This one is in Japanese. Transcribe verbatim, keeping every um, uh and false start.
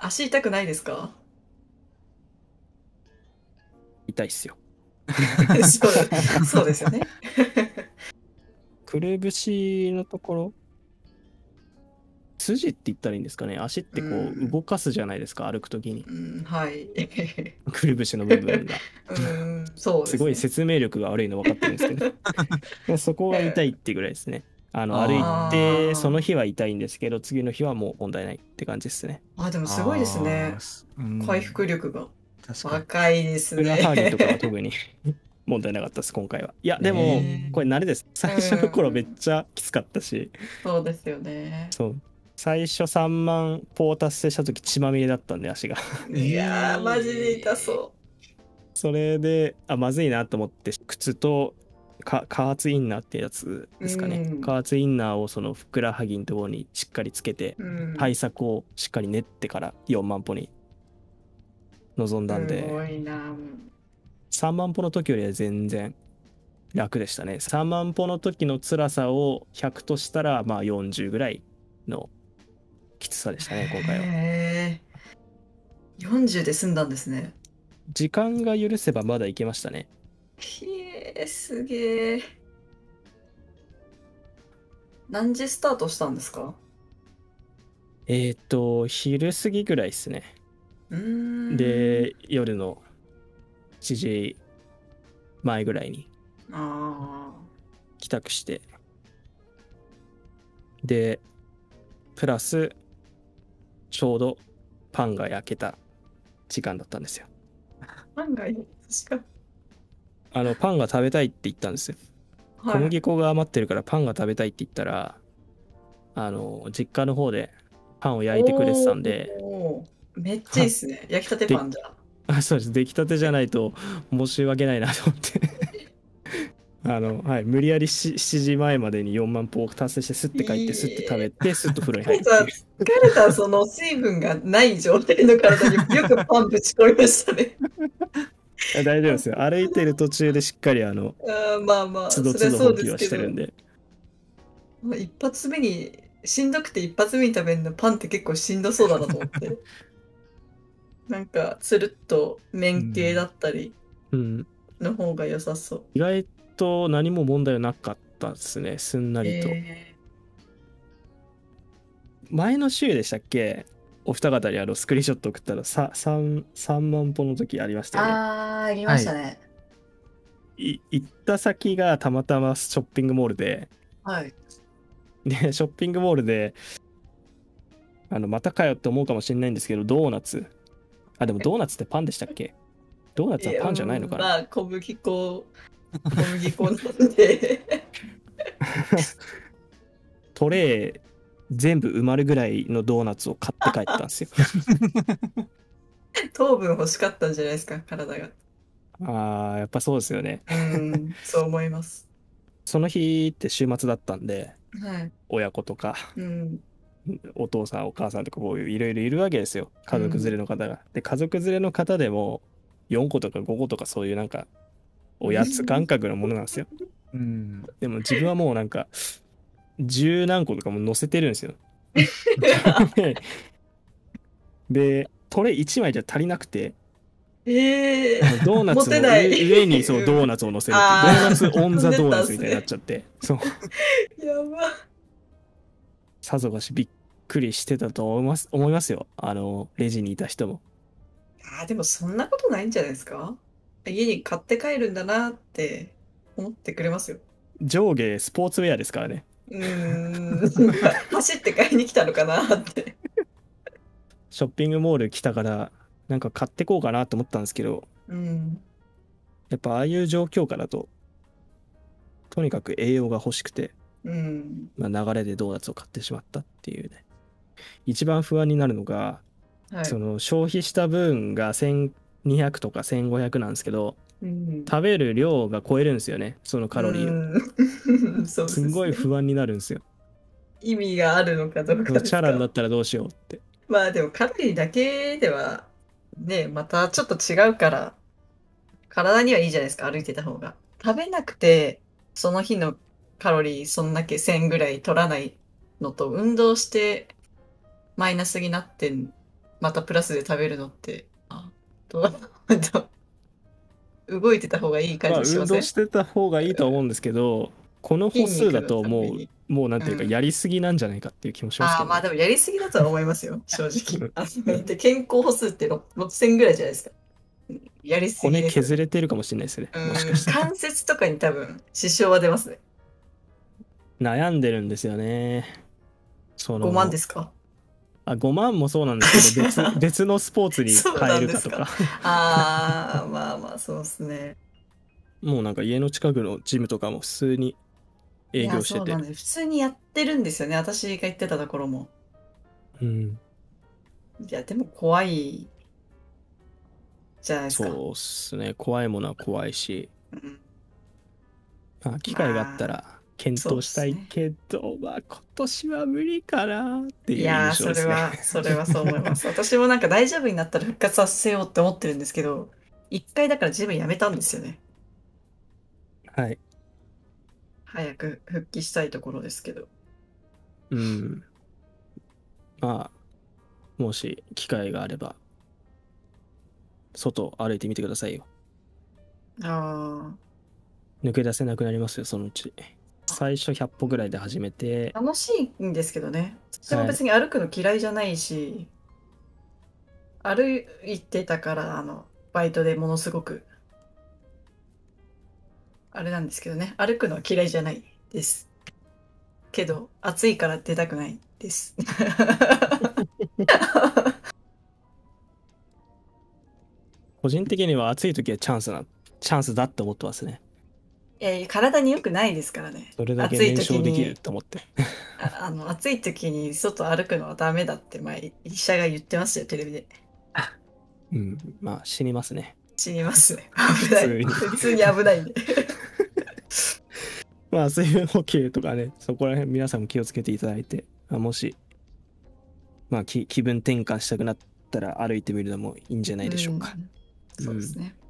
足痛くないですか？ 痛いっすよ。 そう、そうですよね。 くるぶしのところ、筋って言ったらいいんですかね。足っうてこうん、 動かすじゃないですか、歩くときに。 うん、はい。 くるぶしの部分が。 うん、そうですごいすね。 説明力が悪いの分かってるんですけど。でそこが痛いってぐらいですね。あの、歩いて、そのあ日は痛いんですけど、次の日はもう問題ないって感じですね。 あ、あ、でもすごいですああ、 ね。 すう回ん。 復力が。 確かに。 若いですふくらはぎとかはね。 特に問題なかったです、今回は。いや、でも、 えこれ慣れです。 え、 最初の頃めっうん、 ちゃきつかったし、 そうですよね。 そう。最初さんまん歩を達成した時血まみれだったんで、足が。 いやー、マジで痛ええそそれで、あ、まずいなと思って、靴とか加圧インナーってやつう。うですかね。 ん、 加圧インナーをそのふくらはぎのところにしっかりつけて、 うん。 対策をしっかり練ってからよんまん歩に臨んだんすで、 ごいな。 さんまん歩の時よりは全然楽でしたね。さんまん歩の時の辛さをひゃくとしたら、まあよんじゅうぐらいのきつさでしたね、今回は。 へえ、よんじゅうで済んだんですね。 時間が許せばまだいけましたね。 ひえ、すげえ。何時スタートしたんですか？ えーっと、昼過ぎぐらいですね。 うーん。 で、夜のしちじまえぐらいにあ帰宅して、で、プラス、ちょうどパンが焼けた時間だったんですよ。 あ。案外、確か。 あの、パンが食べたいって言ったんですよ。小はい。 麦粉が余ってるからパンが食べたいって言ったら、あの、実家の方でパンを焼いてくれてたおんで、 お、めっちゃいいっすね。焼きたてパで、 ンじゃ。 あ、そうです。出来たてじゃないと申し訳ないなと思ってあの、はい、無理やりししちじまえまでによんまん歩を達成して、スッて帰って、スッて食べいい。 て、スッと風呂に疲れた、 入るっていう。 疲れた、その水分がない状態の体によくパンぶち込みましたね。 大丈夫ですよ。歩いてる途中でしっかり、あの、 あーまあまあ、 つどそりゃそうでつど補給はすけど、 してるんで。 まあ、一発目に、しんどくて一発目に食べるのパンって結構しんどそうだなと思って。なんか、つるっとう麺系だん。 ったりうん。 の方が良さそう。 意外と何も問題はなかったですね。すんなりと。 え前の週でしたっけ？お二方にあのスクリーンショット送ったらささん、さんまん歩の時ありましー、 たよね。 あー、ありまはい。 したね。 い行った先がたまたまショッピングモールで、 はい。 で、ショッピングモールで、あの、またかよって思うかもしれないんですけど、ドーナツ。あ、でもドーナツってパンでしたっけ？ドーナツいや、 はパンじゃないのうん、 かな？ まあ、小麦粉、小麦粉なんでトレー全部埋まるぐらいのドーナツを買って帰ったんですよ。 糖分欲しかったんじゃないですか、体が。 ああ、やっぱそうですよね。 うん、そう思います。 その日って週末だったんで、 はい。 親子とか、 うん、 お父さん、お母さんとかこういういろいろいるわけですよ。家族連れうん。 の方が。で、家族連れの方でもよんことかごことかそういうなんかおやつ感うん覚のものなんですよ。 うん。 でも自分はもうなんか十何個とかも乗せてるんですよ。で、トレイいちまいじゃ足りなくて、 ええあのドーナモツのテない。 上、上にそうドーうん。 ナツを乗せるっていう、ドーナあツオンあ、飛んザでったドーナツみたいになっんすね。 ちゃって、そう、 やば。 さぞかしびっくりしてたと思います、思いますよ。あの、レジにいた人も。 ああ、でもそんなことないんじゃないですか？家に買って帰るんだなって思ってくれますよ。 上下スポーツウェアですからね。 うーん。走って買いに来たのかなって。 ショッピングモール来たから、なんか買ってこうかなと思ったんですけど、 うん。 やっぱああいう状況下だと、とにかく栄養が欲しくて、 うん。 まあ、流れでドーナツを買ってしまったっていうね。一番不安になるのが、 はい。 その消費した分がせんにひゃくとかせんごひゃくなんですけど、 うん。 食べる量が超えるんですよね、そのカロリーを。 うん。そうすんですね。 ごい不安になるんですよ。 意味があるのかどうそうチャラにかですか？ なったらどうしようって。 まあでもカロリーだけではね、またちょっと違うから、体にはいいじゃないですか、歩いてた方が。食べなくて、その日のカロリーそんだけせんぐらい取らないのと、運動してマイナスになってんまたプラスで食べるのって、あどうどう動いてた方がいい感まあ運じしません？ 動してた方がいいとは思うんですけど、この歩筋数だ肉のためともう、 に。 もうなんていうかうん。 やりすぎなんじゃないかっていう気もしますああ、 けどね。 まあでもやりすぎだとは思いますよ、正直。 うん。 あの、で、健康歩数ってろろっせんぐらいじゃないですか。やりすぎ骨ですよね。 削れてるかもしれないですね。もしかうん、 したら。 関節とかに多分支障は出ますね。 悩んでるんですよね。そごまんでの、 すか？ あ、ごまんもそうなんですけど、別、別のスポーツにそう変えなんですか。 るかとか。 ああ、まあまあ、そうですね。 もうなんか家の近くのジムとかも普通に営いや、 業してて。 そうなんです。普通にやってるんですよね。私が言ってたところも。 うん。 いや、でも怖いじゃないですか。 そうっすね。怖いものは怖いし、 うん、 まあ、機会があったまあ、 ら検そうで討したいすね。 けど、まあ、今年は無理かなっていういやー、 印象ですね。 それは、それはそう思います。私もなんか大丈夫になったら復活させようって思ってるんですけど、一回だからジムやめたんですよね。 はい。 早く復帰したいところですけど。 うん。まあ、もし機会があれば、外歩いてみてくださいよ。 あ抜け出せなくなりますよ、そのうち。 あ、 最初ひゃっぽ歩ぐらいで始めて、 楽しいんですけどね。私もはい。 別に歩くの嫌いじゃないし、歩いてたから、あの、バイトでものすごく、あれなんですけどね。歩くのは嫌いじゃないです。けど、暑いから出たくないです。 個人的には暑い時はチャンスな、チャンスだって思ってますね。 いやいや、体に良くないですからね。 それだけ暑い燃焼できる時に、 と思って。 あ、あの、暑い時に外歩くのはダメだって前、医者が言ってましたよ、テレビで。 うん。まあ、死にますね。 死にますね。 普危ない。 通に。 普通に危ないんで。 まあ、水分補給とかね、そこら辺皆さんも気をつけていただいて、まあ、もし、まあ、気気分転換したくなったら歩いてみるのもいいんじゃないうでしょうか。 ん。 うん。 そうですね。